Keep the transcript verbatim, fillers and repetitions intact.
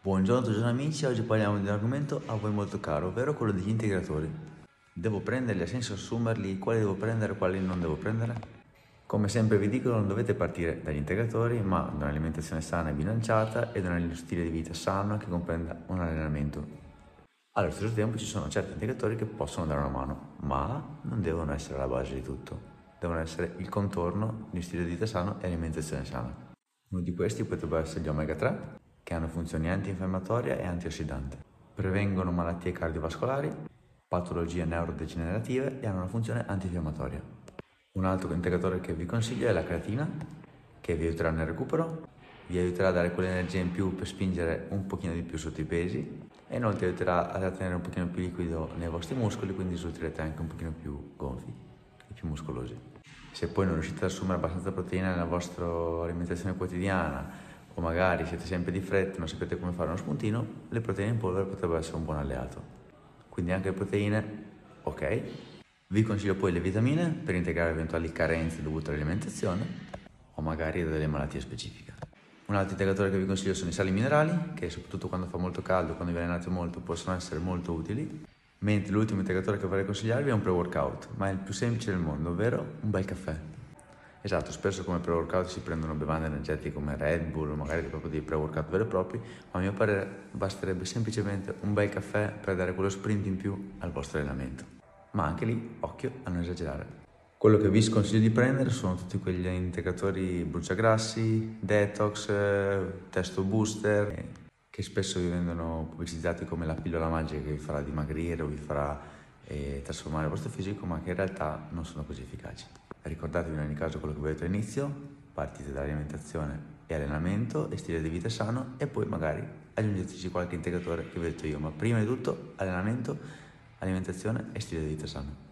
Buongiorno a tutti amici, oggi parliamo di un argomento a voi molto caro, ovvero quello degli integratori. Devo prenderli, ha senso assumerli, quali devo prendere, quali non devo prendere? Come sempre vi dico, non dovete partire dagli integratori, ma da un'alimentazione sana e bilanciata e da uno stile di vita sano che comprenda un allenamento. Allo stesso tempo ci sono certi integratori che possono dare una mano, ma non devono essere la base di tutto. Devono essere il contorno di stile di vita sano e alimentazione sana. Uno di questi potrebbe essere gli omega tre, che hanno funzioni antinfiammatorie e antiossidanti. Prevengono malattie cardiovascolari, patologie neurodegenerative e hanno una funzione antinfiammatoria. Un altro integratore che vi consiglio è la creatina, che vi aiuterà nel recupero, vi aiuterà a dare quell'energia in più per spingere un pochino di più sotto i pesi e inoltre aiuterà a tenere un pochino più liquido nei vostri muscoli, quindi risulterete anche un pochino più gonfi e più muscolosi. Se poi non riuscite ad assumere abbastanza proteina nella vostra alimentazione quotidiana o magari siete sempre di fretta e non sapete come fare uno spuntino, le proteine in polvere potrebbero essere un buon alleato. Quindi anche le proteine, ok. Vi consiglio poi le vitamine per integrare eventuali carenze dovute all'alimentazione o magari delle malattie specifiche. Un altro integratore che vi consiglio sono i sali minerali, che soprattutto quando fa molto caldo, quando vi allenate molto, possono essere molto utili. Mentre l'ultimo integratore che vorrei consigliarvi è un pre-workout, ma è il più semplice del mondo, ovvero un bel caffè. Esatto, spesso come pre-workout si prendono bevande energetiche come Red Bull o magari proprio dei pre-workout veri e propri, ma a mio parere basterebbe semplicemente un bel caffè per dare quello sprint in più al vostro allenamento. Ma anche lì, occhio a non esagerare. Quello che vi sconsiglio di prendere sono tutti quegli integratori bruciagrassi, detox, testo booster, che spesso vi vengono pubblicizzati come la pillola magica che vi farà dimagrire o vi farà eh, trasformare il vostro fisico, ma che in realtà non sono così efficaci. Ricordatevi in ogni caso quello che vi ho detto all'inizio, partite dall'alimentazione e allenamento e stile di vita sano e poi magari aggiungeteci qualche integratore che vi ho detto io, ma prima di tutto allenamento, alimentazione e stile di vita sano.